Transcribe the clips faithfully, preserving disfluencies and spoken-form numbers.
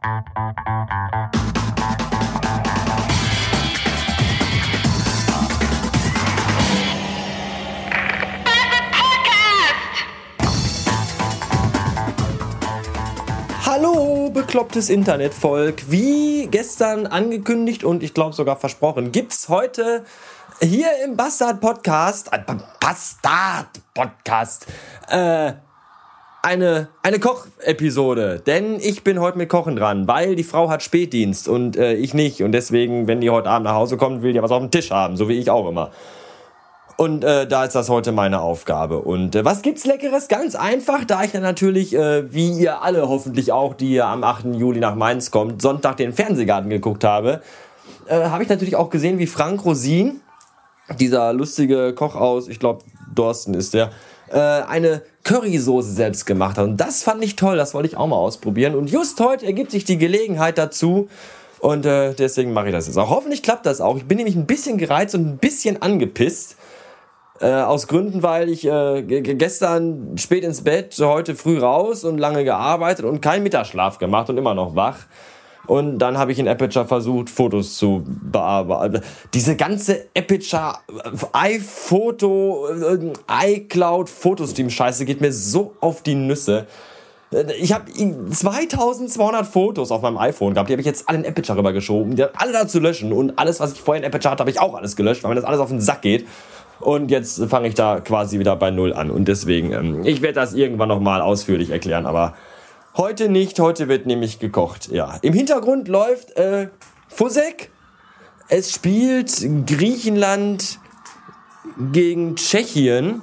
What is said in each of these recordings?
Hallo, beklopptes Internetvolk. Wie gestern angekündigt und ich glaube sogar versprochen, gibt's heute hier im Bastard Podcast, äh, Bastard Podcast, äh, eine, eine Koch-Episode. Denn ich bin heute mit Kochen dran, weil die Frau hat Spätdienst und äh, ich nicht. Und deswegen, wenn die heute Abend nach Hause kommt, will die was auf dem Tisch haben, so wie ich auch immer. Und äh, da ist das heute meine Aufgabe. Und äh, was gibt's Leckeres? Ganz einfach, da ich dann natürlich, äh, wie ihr alle hoffentlich auch, die ihr am achten Juli nach Mainz kommt, Sonntag den Fernsehgarten geguckt habe, äh, habe ich natürlich auch gesehen, wie Frank Rosin, dieser lustige Koch aus, ich glaube Dorsten ist der, äh, eine Currysoße selbst gemacht hat. Und das fand ich toll, das wollte ich auch mal ausprobieren. Und just heute ergibt sich die Gelegenheit dazu. Und äh, deswegen mache ich das jetzt auch. Hoffentlich klappt das auch. Ich bin nämlich ein bisschen gereizt und ein bisschen angepisst. Äh, aus Gründen, weil ich äh, g- gestern spät ins Bett, heute früh raus und lange gearbeitet und keinen Mittagsschlaf gemacht und immer noch wach. Und dann habe ich in Aperture versucht, Fotos zu bearbeiten. Diese ganze Aperture, iPhoto, iCloud, Fotostream-Scheiße geht mir so auf die Nüsse. Ich habe zweitausendzweihundert Fotos auf meinem iPhone gehabt, die habe ich jetzt alle in Aperture rübergeschoben, die alle da zu löschen. Und alles, was ich vorher in Aperture hatte, habe ich auch alles gelöscht, weil mir das alles auf den Sack geht. Und jetzt fange ich da quasi wieder bei Null an. Und deswegen, ähm, ich werde das irgendwann nochmal ausführlich erklären, aber heute nicht. Heute wird nämlich gekocht. Ja, im Hintergrund läuft äh, Fusek. Es spielt Griechenland gegen Tschechien.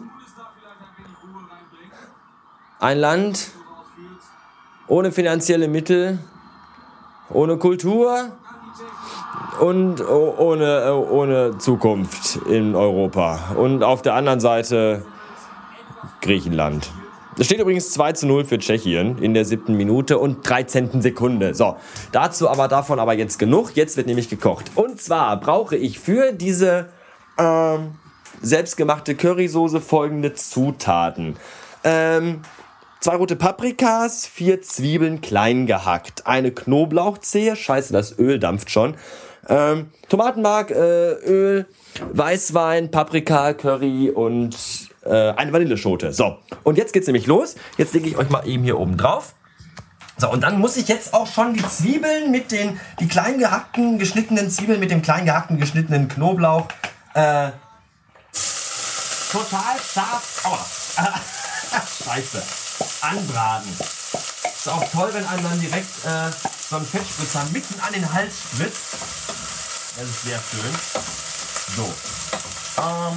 Ein Land ohne finanzielle Mittel, ohne Kultur und ohne, ohne Zukunft in Europa. Und auf der anderen Seite Griechenland. Es steht übrigens zwei zu null für Tschechien in der siebten Minute und dreizehnten Sekunde. So, dazu aber davon aber jetzt genug. Jetzt wird nämlich gekocht. Und zwar brauche ich für diese ähm, selbstgemachte Currysoße folgende Zutaten. Ähm, zwei rote Paprikas, vier Zwiebeln klein gehackt, eine Knoblauchzehe, scheiße, das Öl dampft schon. Ähm, Tomatenmark, äh, Öl, Weißwein, Paprika, Curry und äh, eine Vanilleschote. So, und jetzt geht's nämlich los. Jetzt lege ich euch mal eben hier oben drauf. So, und dann muss ich jetzt auch schon die Zwiebeln mit den, die klein gehackten, geschnittenen Zwiebeln mit dem klein gehackten, geschnittenen Knoblauch, äh, total zart, aua, scheiße, anbraten. Ist auch toll, wenn einem dann direkt äh, so ein Fettspritzer mitten an den Hals spritzt. Das ist sehr schön. So. Ähm,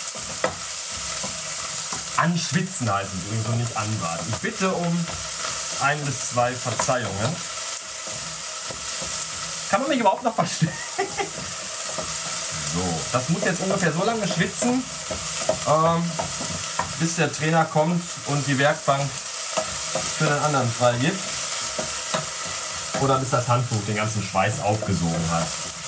anschwitzen heißt es übrigens und nicht anbraten. Ich bitte um ein bis zwei Verzeihungen. Kann man mich überhaupt noch verstehen? So, das muss jetzt ungefähr so lange schwitzen, ähm, bis der Trainer kommt und die Werkbank für den anderen freigibt. Oder bis das Handtuch den ganzen Schweiß aufgesogen hat.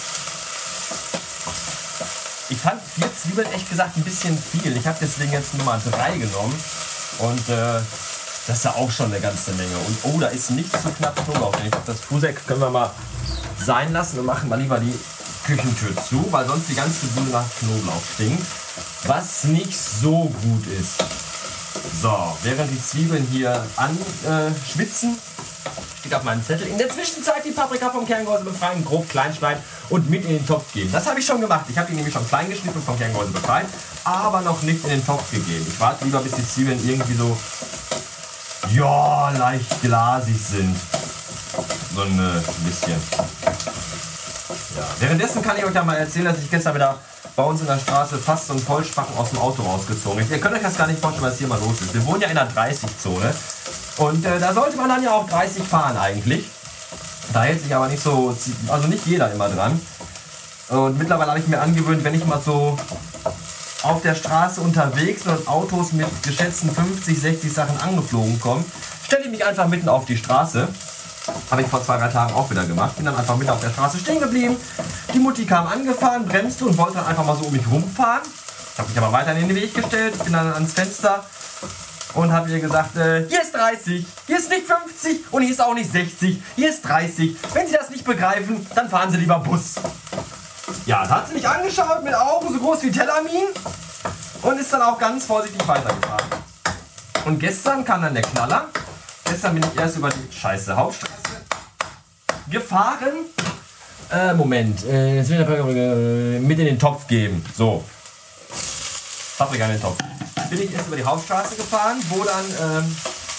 Ich fand vier Zwiebeln echt gesagt ein bisschen viel. Ich habe deswegen jetzt Nummer drei genommen. Und äh, das ist ja auch schon eine ganze Menge. Und oh, da ist nicht zu knapp Knoblauch. Ich glaube, das Fusek können wir mal sein lassen und machen mal lieber die Küchentür zu, weil sonst die ganze Bude nach Knoblauch stinkt. Was nicht so gut ist. So, während die Zwiebeln hier anschwitzen, steht auf meinem Zettel, in der Zwischenzeit die Paprika vom Kerngehäuse befreien, grob klein schneiden und mit in den Topf geben. Das habe ich schon gemacht. Ich habe die nämlich schon klein geschnitten und vom Kerngehäuse befreit, aber noch nicht in den Topf gegeben. Ich warte lieber, bis die Zwiebeln irgendwie so, ja, leicht glasig sind. So ein bisschen. Ja. Währenddessen kann ich euch ja mal erzählen, dass ich gestern wieder bei uns in der Straße fast so einen Vollspacken aus dem Auto rausgezogen ist. Ihr könnt euch das gar nicht vorstellen, was hier mal los ist. Wir wohnen ja in der dreißig-Zone und äh, da sollte man dann ja auch dreißig fahren eigentlich. Da hält sich aber nicht so, also nicht jeder immer dran. Und mittlerweile habe ich mir angewöhnt, wenn ich mal so auf der Straße unterwegs bin und Autos mit geschätzten fünfzig, sechzig Sachen angeflogen kommen, stelle ich mich einfach mitten auf die Straße. Habe ich vor zwei, drei Tagen auch wieder gemacht. Bin dann einfach mitten auf der Straße stehen geblieben. Die Mutti kam angefahren, bremste und wollte dann einfach mal so um mich rumfahren. Habe mich aber weiter in den Weg gestellt, bin dann ans Fenster und habe ihr gesagt, äh, hier ist dreißig, hier ist nicht fünfzig und hier ist auch nicht sechzig, hier ist dreißig. Wenn Sie das nicht begreifen, dann fahren Sie lieber Bus. Ja, da hat sie mich angeschaut mit Augen so groß wie Telamin und ist dann auch ganz vorsichtig weitergefahren. Und gestern kam dann der Knaller. Gestern bin ich erst über die scheiße Hauptstraße gefahren. Äh, Moment, äh, jetzt will ich äh, mit in den Topf geben. So. Paprika in den Topf. Bin ich erst über die Hauptstraße gefahren, wo dann ähm,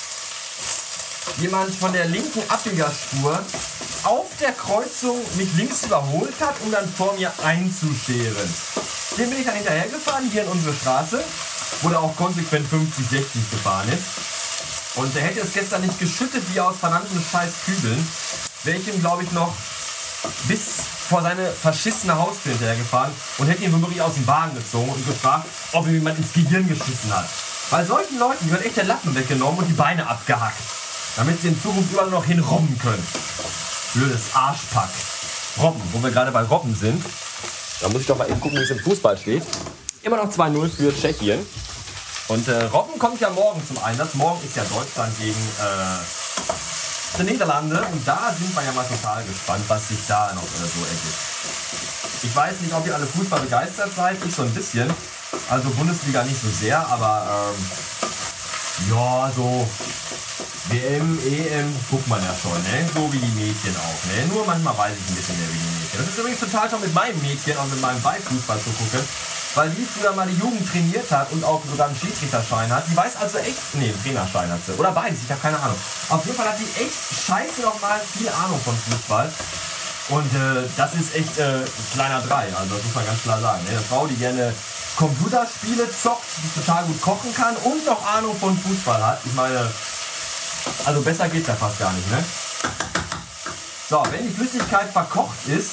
jemand von der linken Abbiegerspur auf der Kreuzung mich links überholt hat, um dann vor mir einzuscheren. Dem bin ich dann hinterher gefahren, hier in unsere Straße, wo der auch konsequent fünfzig, sechzig gefahren ist. Und der hätte es gestern nicht geschüttet wie aus verdammten scheiß Kübeln, wäre ich ihm, glaube ich, noch bis vor seine verschissene Haustür hinterher gefahren und hätte ihn womöglich aus dem Wagen gezogen und gefragt, ob ihm jemand ins Gehirn geschissen hat. Bei solchen Leuten wird echt der Lappen weggenommen und die Beine abgehackt, damit sie in Zukunft überall noch hinrobben können. Blödes Arschpack. Robben, wo wir gerade bei Robben sind. Da muss ich doch mal eben gucken, wie es im Fußball steht. Immer noch zwei null für Tschechien. Und äh, Robben kommt ja morgen zum Einsatz. Morgen ist ja Deutschland gegen äh, die Niederlande. Und da sind wir ja mal total gespannt, was sich da noch äh, so ergibt. Ich weiß nicht, ob ihr alle Fußball begeistert seid. Ich so ein bisschen. Also Bundesliga nicht so sehr, aber ähm, ja, so W M, E M guckt man ja schon, ne? So wie die Mädchen auch, ne? Nur manchmal weiß ich ein bisschen mehr wie die Mädchen. Das ist übrigens total toll mit meinem Mädchen und mit meinem Ballfußball zu gucken, weil die früher mal die Jugend trainiert hat und auch sogar einen Schiedsrichterschein hat. Die weiß also echt, nee, einen Trainerschein hat sie. Oder beides, ich habe keine Ahnung. Auf jeden Fall hat die echt scheiße nochmal viel Ahnung von Fußball. Und äh, das ist echt äh, kleiner drei, also das muss man ganz klar sagen. Ne? Eine Frau, die gerne Computerspiele zockt, die total gut kochen kann und noch Ahnung von Fußball hat. Ich meine, also besser geht's ja fast gar nicht, ne? So, wenn die Flüssigkeit verkocht ist,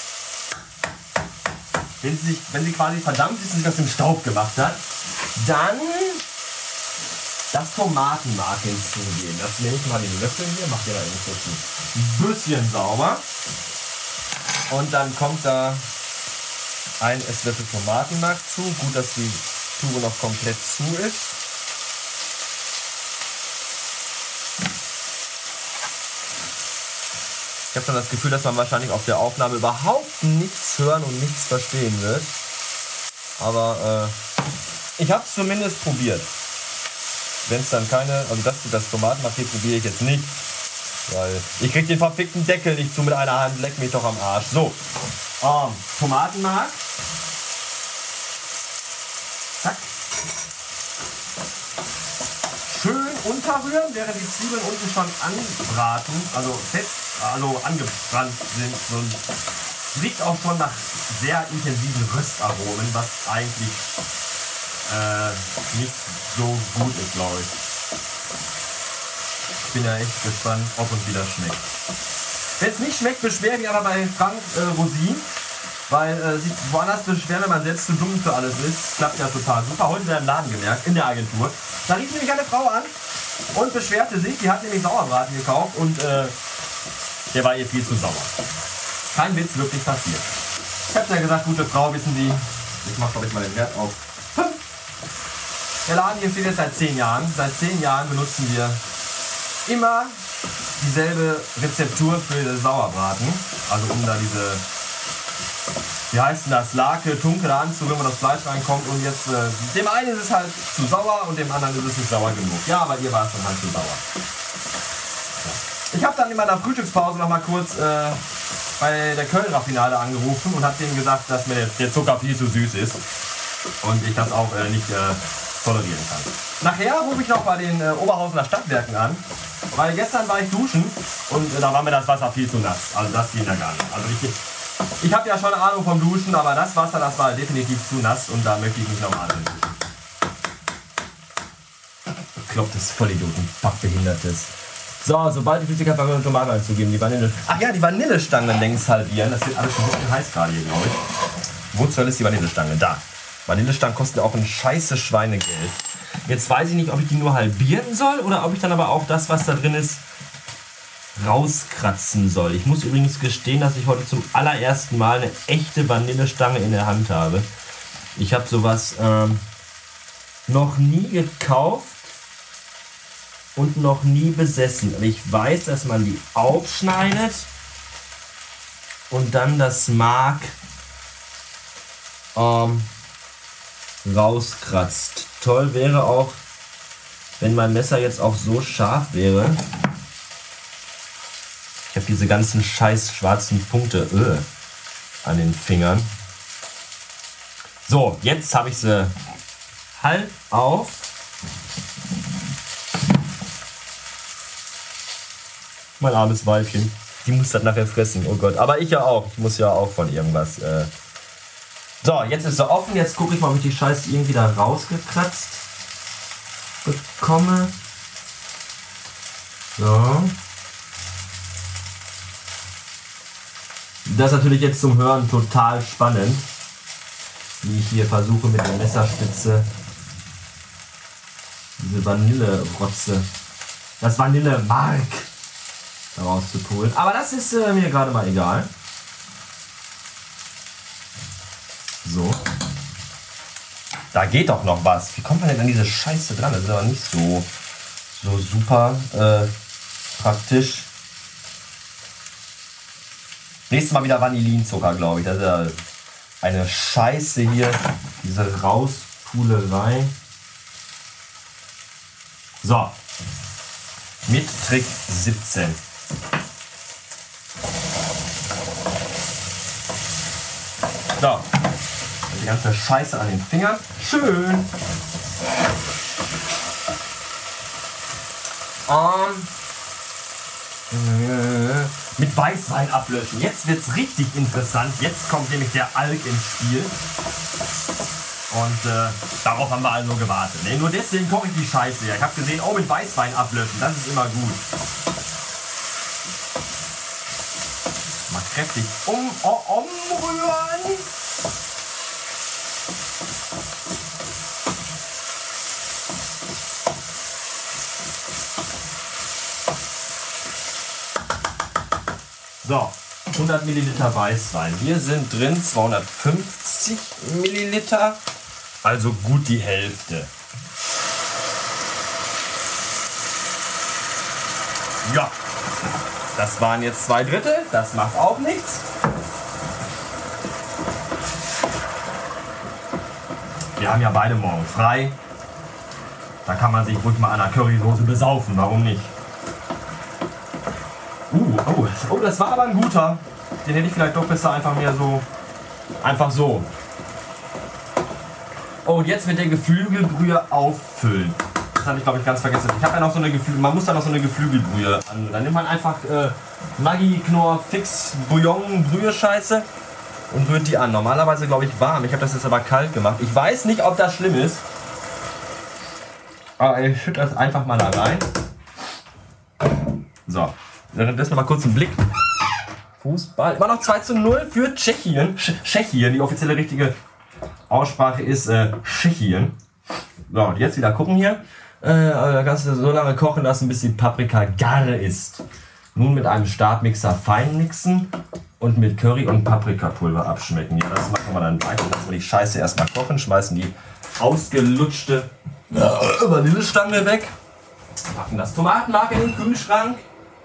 wenn sie, sich, wenn sie quasi verdammt ist und sich aus dem Staub gemacht hat, dann das Tomatenmark hinzugeben. Das nehme ich mal den Löffel hier, mach hier da eben kurz ein bisschen sauber. Und dann kommt da ein Esslöffel Tomatenmark zu. Gut, dass die Tube noch komplett zu ist. Ich habe schon das Gefühl, dass man wahrscheinlich auf der Aufnahme überhaupt nichts hören und nichts verstehen wird. Aber äh, ich habe es zumindest probiert. Wenn es dann keine, also das, das Tomatenmark hier probiere ich jetzt nicht. Weil ich krieg den verfickten Deckel nicht zu mit einer Hand, leck mich doch am Arsch. So, ähm, Tomatenmark. Zack. Schön unterrühren, während die Zwiebeln unten schon anbraten, also fest, also angebrannt sind. Und riecht auch schon nach sehr intensiven Röstaromen, was eigentlich äh, nicht so gut ist, glaube ich. Ich bin ja echt gespannt, ob und wie das schmeckt. Wenn es nicht schmeckt, beschwere ich mich aber bei Frank äh, Rosin, weil äh, sich woanders beschweren, wenn man selbst zu dumm für alles ist. Klappt ja total super. Heute wieder im Laden gemerkt, in der Agentur. Da rief nämlich eine Frau an und beschwerte sich, die hat nämlich Sauerbraten gekauft und äh, der war ihr viel zu sauer. Kein Witz, wirklich passiert. Ich hab's ja gesagt, gute Frau, wissen Sie, ich mach glaube ich mal den Wert auf fünf. Der Laden hier steht jetzt seit zehn Jahren. Seit zehn Jahren benutzen wir immer dieselbe Rezeptur für den Sauerbraten. Also um da diese, wie heißt denn das, Lake, Tunke anzurühren, wo das Fleisch reinkommt. Und jetzt, äh, dem einen ist es halt zu sauer und dem anderen ist es nicht sauer genug. Ja, aber ihr war es dann halt zu sauer. Ich habe dann in meiner Frühstückspause noch mal kurz äh, bei der Köln-Raffinade angerufen und habe denen gesagt, dass mir der Zucker viel zu süß ist und ich das auch äh, nicht äh, tolerieren kann. Nachher rufe ich noch bei den äh, Oberhausener Stadtwerken an, weil gestern war ich duschen und äh, da war mir das Wasser viel zu nass. Also das ging ja gar nicht. Also ich, ich habe ja schon Ahnung vom Duschen, aber das Wasser, das war definitiv zu nass und da möchte ich mich nochmal drin duschen. Beklopptes Vollidioten, Packbehindertes. So, sobald die Flüssigkeit verwendet, Tomaten einzugeben, die Vanille. Ach ja, die Vanillestange längs halbieren. Das wird alles schon ein bisschen heiß gerade hier, glaube ich. Wo zur Hölle ist die Vanillestange? Da. Vanillestangen kosten auch ein scheiße Schweinegeld. Jetzt weiß ich nicht, ob ich die nur halbieren soll oder ob ich dann aber auch das, was da drin ist, rauskratzen soll. Ich muss übrigens gestehen, dass ich heute zum allerersten Mal eine echte Vanillestange in der Hand habe. Ich habe sowas ähm, noch nie gekauft. und noch nie besessen. Und ich weiß, dass man die aufschneidet und dann das Mark ähm, rauskratzt. Toll wäre auch, wenn mein Messer jetzt auch so scharf wäre. Ich habe diese ganzen scheiß schwarzen Punkte äh, an den Fingern. So, jetzt habe ich sie halb auf. Mein armes Weibchen. Die muss das nachher fressen, oh Gott. Aber ich ja auch. Ich muss ja auch von irgendwas. Äh so, jetzt ist sie offen. Jetzt gucke ich mal, ob ich die Scheiße irgendwie da rausgekratzt bekomme. So. Das ist natürlich jetzt zum Hören total spannend, wie ich hier versuche mit der Messerspitze diese Vanille-Rotze, das Vanille-Mark rauszuholen. Aber das ist äh, mir gerade mal egal. So. Da geht doch noch was. Wie kommt man denn an diese Scheiße dran? Das ist aber nicht so, so super äh, praktisch. Nächstes Mal wieder Vanillinzucker, glaube ich. Das ist ja eine Scheiße hier. Diese Rauspulerei. So. Mit Trick siebzehn. So. Die ganze Scheiße an den Fingern. Schön. Und mit Weißwein ablöschen. Jetzt wird es richtig interessant. Jetzt kommt nämlich der Alk ins Spiel. Und äh, darauf haben wir also gewartet. Ne? Nur deswegen koche ich die Scheiße hier. Ich habe gesehen, oh, mit Weißwein ablöschen, das ist immer gut. Mal kräftig um, um, umrühren. So, hundert Milliliter Weißwein. Hier sind drin zweihundertfünfzig Milliliter, also gut die Hälfte. Ja, das waren jetzt zwei Drittel, das macht auch nichts. Wir haben ja beide morgen frei. Da kann man sich ruhig mal an einer Currysoße besaufen, warum nicht? Uh, oh, oh, das war aber ein guter. Den hätte ich vielleicht doch besser einfach mehr so. Einfach so. Oh, und jetzt mit der Geflügelbrühe auffüllen. Das habe ich, glaube ich, ganz vergessen. Ich habe ja noch so eine Geflügel. Man muss da noch so eine Geflügelbrühe an. Dann nimmt man einfach äh, Maggi, Knorr, Fix, Bouillon, Brühe-Scheiße und rührt die an. Normalerweise, glaube ich, warm. Ich habe das jetzt aber kalt gemacht. Ich weiß nicht, ob das schlimm ist. Aber ich schütte das einfach mal da rein. So. Dann lassen wir mal kurz einen Blick. Fußball. Immer noch zwei zu null für Tschechien. Tschechien, die offizielle richtige Aussprache ist äh, Tschechien. So, und jetzt wieder gucken hier. Äh, kannst du so lange kochen lassen, bis die Paprika gar ist. Nun mit einem Stabmixer fein mixen und mit Curry und Paprikapulver abschmecken. Ja, das machen wir dann weiter. Lassen wir die Scheiße erstmal kochen, schmeißen die ausgelutschte äh, Vanillestange weg. Packen das Tomatenmark in den Kühlschrank.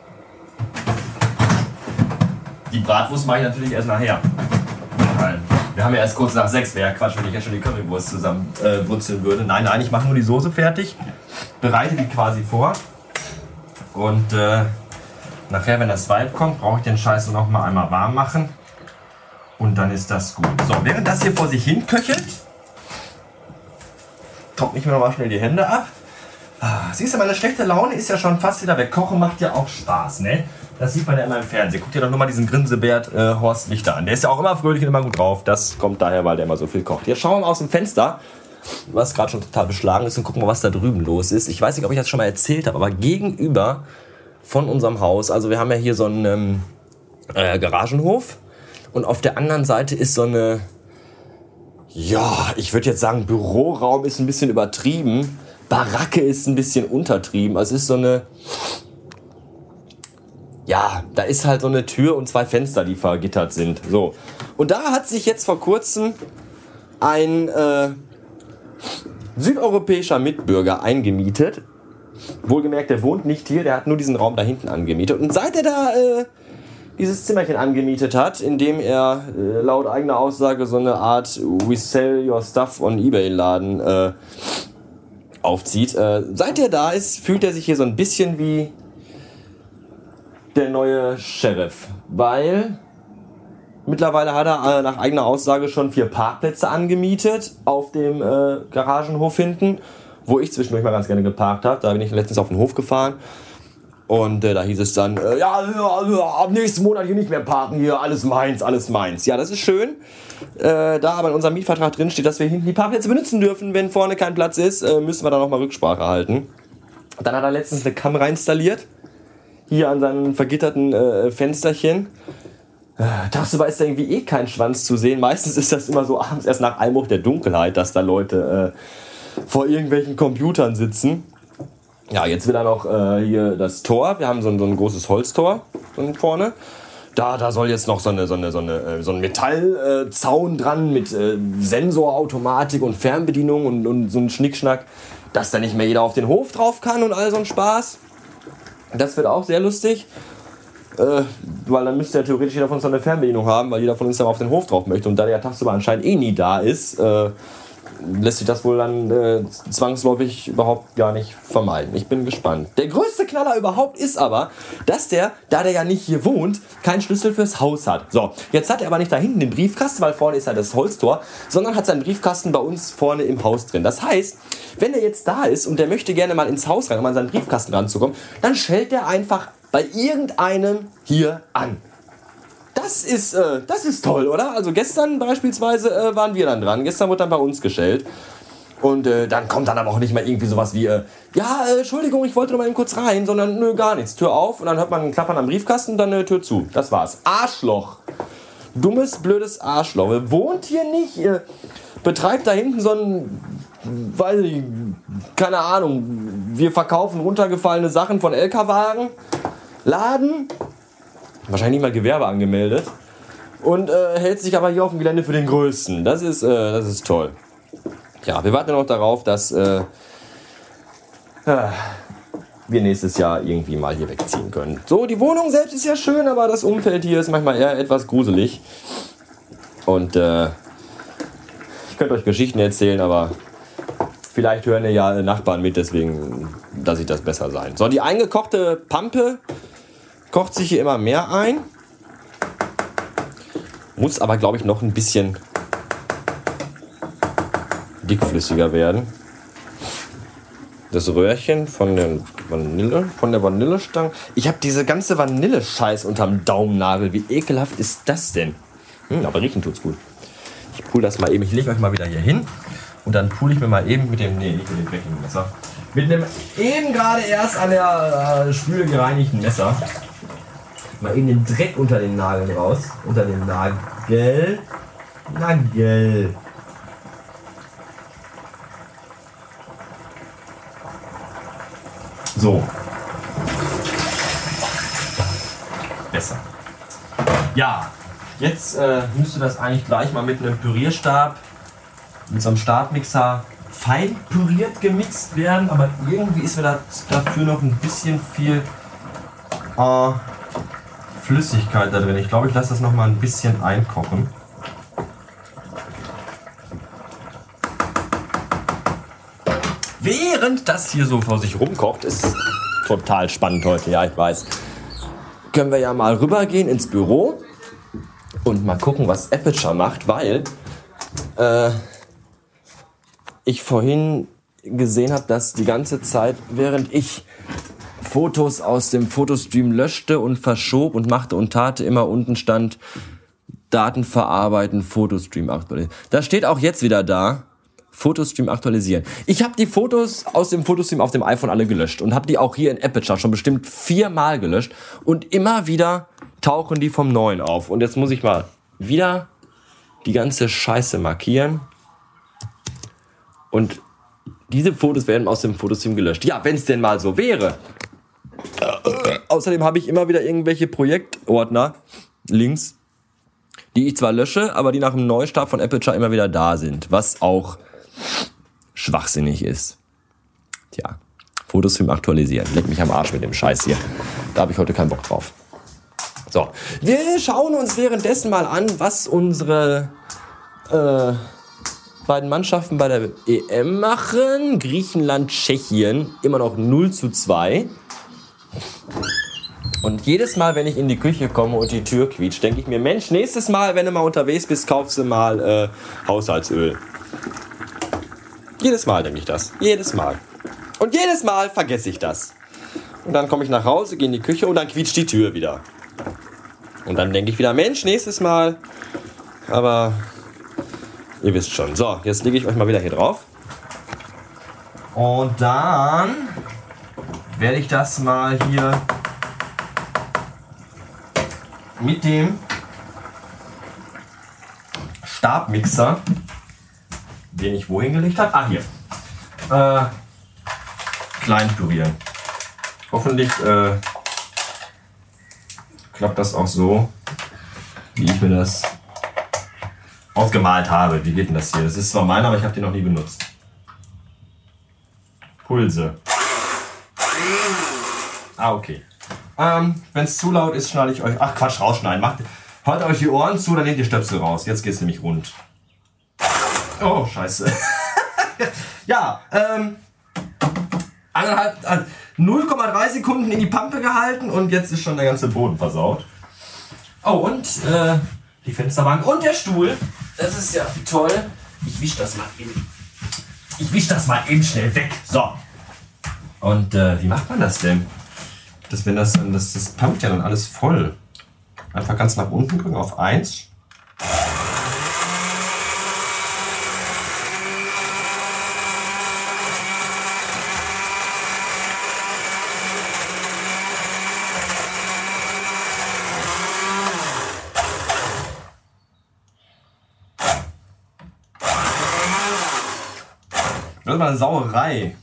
Die Bratwurst mache ich natürlich erst nachher. Weil wir haben ja erst kurz nach sechs. Wäre ja Quatsch, wenn ich ja schon die Currywurst zusammen äh, brutzeln würde. Nein, nein, ich mache nur die Soße fertig. Bereite die quasi vor. Und äh, nachher, wenn das Weib kommt, brauche ich den Scheiß noch mal einmal warm machen. Und dann ist das gut. So, während das hier vor sich hin köchelt, trockne ich mir noch mal schnell die Hände ab. Ah, siehst du, meine schlechte Laune ist ja schon fast wieder weg. Kochen macht ja auch Spaß, ne? Das sieht man ja immer im Fernsehen. Guck dir doch nur mal diesen Grinsebärt äh, Horst Lichter an. Der ist ja auch immer fröhlich und immer gut drauf. Das kommt daher, weil der immer so viel kocht. Jetzt schauen wir mal aus dem Fenster, was gerade schon total beschlagen ist, und gucken mal, was da drüben los ist. Ich weiß nicht, ob ich das schon mal erzählt habe, aber gegenüber von unserem Haus, also wir haben ja hier so einen ähm, äh, Garagenhof und auf der anderen Seite ist so eine, ja, ich würde jetzt sagen, Büroraum ist ein bisschen übertrieben. Baracke ist ein bisschen untertrieben. Also es ist so eine, ja, da ist halt so eine Tür und zwei Fenster, die vergittert sind. So. Und da hat sich jetzt vor kurzem ein äh, südeuropäischer Mitbürger eingemietet. Wohlgemerkt, der wohnt nicht hier, der hat nur diesen Raum da hinten angemietet. Und seit er da äh, dieses Zimmerchen angemietet hat, in dem er äh, laut eigener Aussage so eine Art We Sell Your Stuff on Ebay Laden äh, aufzieht, äh, seit er da ist, fühlt er sich hier so ein bisschen wie der neue Sheriff. Weil mittlerweile hat er äh, nach eigener Aussage schon vier Parkplätze angemietet auf dem äh, Garagenhof hinten, wo ich zwischendurch mal ganz gerne geparkt habe. Da bin ich letztens auf den Hof gefahren und äh, da hieß es dann, äh, ja, ja, ab nächsten Monat hier nicht mehr parken, hier alles meins, alles meins. Ja, das ist schön. Äh, da aber in unserem Mietvertrag drin steht, dass wir hinten die Parkplätze benutzen dürfen, wenn vorne kein Platz ist, äh, müssen wir da nochmal Rücksprache halten. Dann hat er letztens eine Kamera installiert, hier an seinem vergitterten äh, Fensterchen. Äh, tagsüber ist da irgendwie eh kein Schwanz zu sehen. Meistens ist das immer so abends erst nach Einbruch der Dunkelheit, dass da Leute äh, vor irgendwelchen Computern sitzen. Ja, jetzt will er noch äh, hier das Tor. Wir haben so ein, so ein großes Holztor vorne. Da, da soll jetzt noch so, eine, so, eine, so, eine, so ein Metallzaun äh, dran mit äh, Sensorautomatik und Fernbedienung und, und so ein Schnickschnack, dass da nicht mehr jeder auf den Hof drauf kann und all so ein Spaß. Das wird auch sehr lustig, äh, weil dann müsste ja theoretisch jeder von uns eine Fernbedienung haben, weil jeder von uns dann auf den Hof drauf möchte. Und da der tagsüber anscheinend eh nie da ist, äh, lässt sich das wohl dann äh, zwangsläufig überhaupt gar nicht vermeiden. Ich bin gespannt. Der größte Knaller überhaupt ist aber, dass der, da der ja nicht hier wohnt, keinen Schlüssel fürs Haus hat. So, jetzt hat er aber nicht da hinten den Briefkasten, weil vorne ist ja das Holztor, sondern hat seinen Briefkasten bei uns vorne im Haus drin. Das heißt, wenn er jetzt da ist und der möchte gerne mal ins Haus rein, um an seinen Briefkasten ranzukommen, dann schellt er einfach bei irgendeinem hier an. Das ist, äh, das ist toll, oder? Also gestern beispielsweise äh, waren wir dann dran. Gestern wurde dann bei uns geschellt. Und äh, dann kommt dann aber auch nicht mal irgendwie sowas wie, äh, ja, äh, Entschuldigung, ich wollte noch mal eben kurz rein, sondern nö, gar nichts. Tür auf und dann hört man ein Klappern am Briefkasten und dann eine Tür zu. Das war's. Arschloch. Dummes, blödes Arschloch. Er wohnt hier nicht, äh, betreibt da hinten so ein, weiß ich, keine Ahnung, wir verkaufen runtergefallene Sachen von L K W-Wagen. Laden. Wahrscheinlich nicht mal Gewerbe angemeldet und äh, hält sich aber hier auf dem Gelände für den Größten. Das ist, äh, das ist toll. Ja, wir warten noch darauf, dass äh, äh, wir nächstes Jahr irgendwie mal hier wegziehen können. So, die Wohnung selbst ist ja schön, aber das Umfeld hier ist manchmal eher etwas gruselig. Und äh, ich könnte euch Geschichten erzählen, aber vielleicht hören ja Nachbarn mit, deswegen lasse ich das besser sein. So, die eingekochte Pampe kocht sich hier immer mehr ein. Muss aber, glaube ich, noch ein bisschen dickflüssiger werden. Das Röhrchen von der Vanille, von der Vanillestange. Ich habe diese ganze Vanille-Scheiß unterm Daumennagel. Wie ekelhaft ist das denn? Hm, aber riechen tut's gut. Ich pul das mal eben. Ich lege euch mal wieder hier hin. Und dann pule ich mir mal eben mit dem, nee, nicht mit dem dreckigen Messer, mit einem eben gerade erst an der äh, Spüle gereinigten Messer mal eben den Dreck unter den Nageln raus. Unter den Nagel. Nagel. So. Besser. Ja, jetzt äh, müsste das eigentlich gleich mal mit einem Pürierstab, mit so einem Stabmixer fein püriert gemixt werden, aber irgendwie ist mir das dafür noch ein bisschen viel äh, Flüssigkeit da drin. Ich glaube, ich lasse das noch mal ein bisschen einkochen. Während das hier so vor sich rumkocht, ist total spannend heute, ja, ich weiß. Können wir ja mal rübergehen ins Büro und mal gucken, was Aperture macht, weil äh, ich vorhin gesehen habe, dass die ganze Zeit, während ich Fotos aus dem Fotostream löschte und verschob und machte und tat, immer unten stand Daten verarbeiten, Fotostream aktualisieren. Das steht auch jetzt wieder da, Fotostream aktualisieren. Ich habe die Fotos aus dem Fotostream auf dem iPhone alle gelöscht und habe die auch hier in Aperture schon bestimmt viermal gelöscht und immer wieder tauchen die vom Neuen auf. Und jetzt muss ich mal wieder die ganze Scheiße markieren und diese Fotos werden aus dem Fotostream gelöscht. Ja, wenn es denn mal so wäre. Außerdem habe ich immer wieder irgendwelche Projektordner, Links, die ich zwar lösche, aber die nach dem Neustart von Aperture immer wieder da sind, was auch schwachsinnig ist. Tja, Fotostream aktualisieren. Leck mich am Arsch mit dem Scheiß hier. Da habe ich heute keinen Bock drauf. So, wir schauen uns währenddessen mal an, was unsere äh, beiden Mannschaften bei der E M machen. Griechenland, Tschechien, immer noch null zu zwei. Und jedes Mal, wenn ich in die Küche komme und die Tür quietscht, denke ich mir, Mensch, nächstes Mal, wenn du mal unterwegs bist, kaufst du mal äh, Haushaltsöl. Jedes Mal denke ich das. Jedes Mal. Und jedes Mal vergesse ich das. Und dann komme ich nach Hause, gehe in die Küche und dann quietscht die Tür wieder. Und dann denke ich wieder, Mensch, nächstes Mal. Aber ihr wisst schon. So, jetzt lege ich euch mal wieder hier drauf. Und dann werde ich das mal hier mit dem Stabmixer, den ich wohin gelegt habe, ah hier, äh, klein pürieren. Hoffentlich äh, klappt das auch so, wie ich mir das ausgemalt habe. Wie geht denn das hier? Das ist zwar meiner, aber ich habe den noch nie benutzt. Pulse. Ah, okay. Ähm, wenn es zu laut ist, schneide ich euch... Ach Quatsch, rausschneiden. Macht, haltet euch die Ohren zu, dann nehmt ihr Stöpsel raus. Jetzt geht's nämlich rund. Oh, scheiße. Ja, ähm... null Komma drei Sekunden in die Pampe gehalten und jetzt ist schon der ganze Boden versaut. Oh, und äh, die Fensterbank und der Stuhl. Das ist ja toll. Ich wisch das mal eben. Ich wisch das mal eben schnell weg. So. Und äh, wie macht man das denn? Das, wenn das, das, das pumpt ja dann alles voll. Einfach ganz nach unten drücken auf eins. Das war eine Sauerei.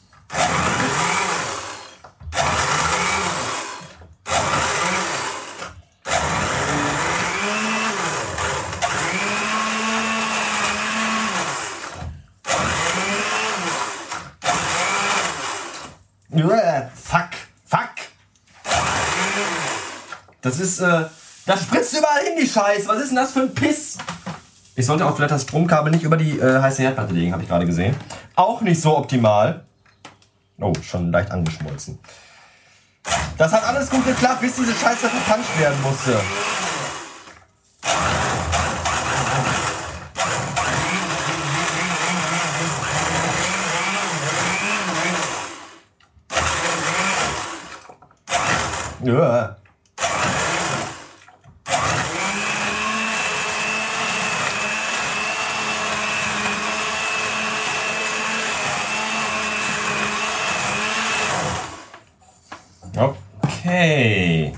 Fuck, fuck. Das ist, äh, das spritzt überall hin, die Scheiße. Was ist denn das für ein Piss? Ich sollte auch vielleicht das Stromkabel nicht über die äh, heiße Herdplatte legen, habe ich gerade gesehen. Auch nicht so optimal. Oh, schon leicht angeschmolzen. Das hat alles gut geklappt, bis diese Scheiße verpanscht werden musste. Ja. Okay.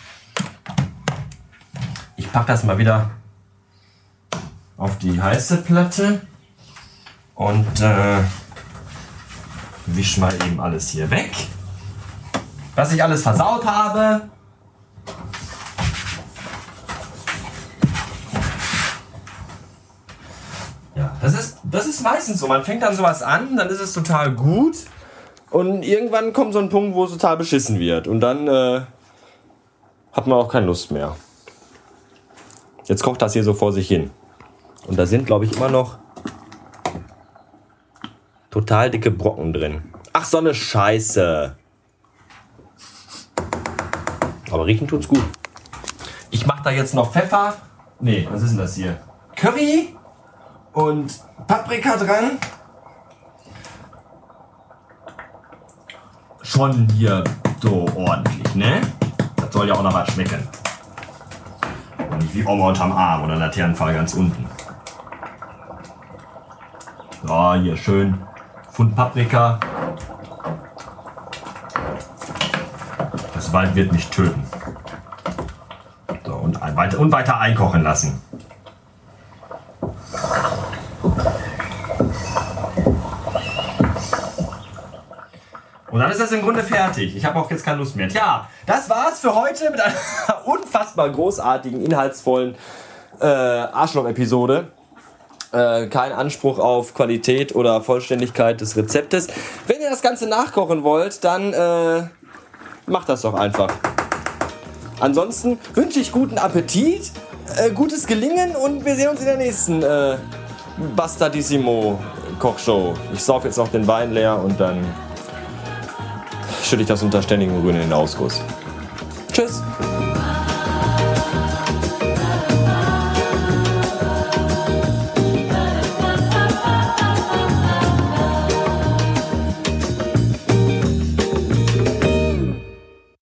Ich packe das mal wieder auf die heiße Platte und äh, wisch mal eben alles hier weg, was ich alles versaut habe. Ja, das ist, das ist meistens so. Man fängt dann sowas an, dann ist es total gut. Und irgendwann kommt so ein Punkt, wo es total beschissen wird. Und dann äh, hat man auch keine Lust mehr. Jetzt kocht das hier so vor sich hin. Und da sind, glaube ich, immer noch total dicke Brocken drin. Ach, so eine Scheiße. Aber riechen tut's gut. Ich mache da jetzt noch Pfeffer. Nee, was ist denn das hier? Curry und Paprika dran. Schon hier so ordentlich, ne? Das soll ja auch noch was schmecken. Und nicht wie Oma unterm Arm oder Laternenpfahl ganz unten. So, hier schön Pfund Paprika. Das Wald wird nicht töten. So, und, ein, weiter, und weiter einkochen lassen. Und dann ist das im Grunde fertig. Ich habe auch jetzt keine Lust mehr. Tja, das war's für heute mit einer unfassbar großartigen, inhaltsvollen äh, Arschloch-Episode. Äh, kein Anspruch auf Qualität oder Vollständigkeit des Rezeptes. Wenn ihr das Ganze nachkochen wollt, dann äh, macht das doch einfach. Ansonsten wünsche ich guten Appetit, äh, gutes Gelingen und wir sehen uns in der nächsten äh, Bastardissimo Kochshow. Ich sauf jetzt noch den Wein leer und dann schütte ich das unter ständigem Rühren in den Ausguss. Tschüss!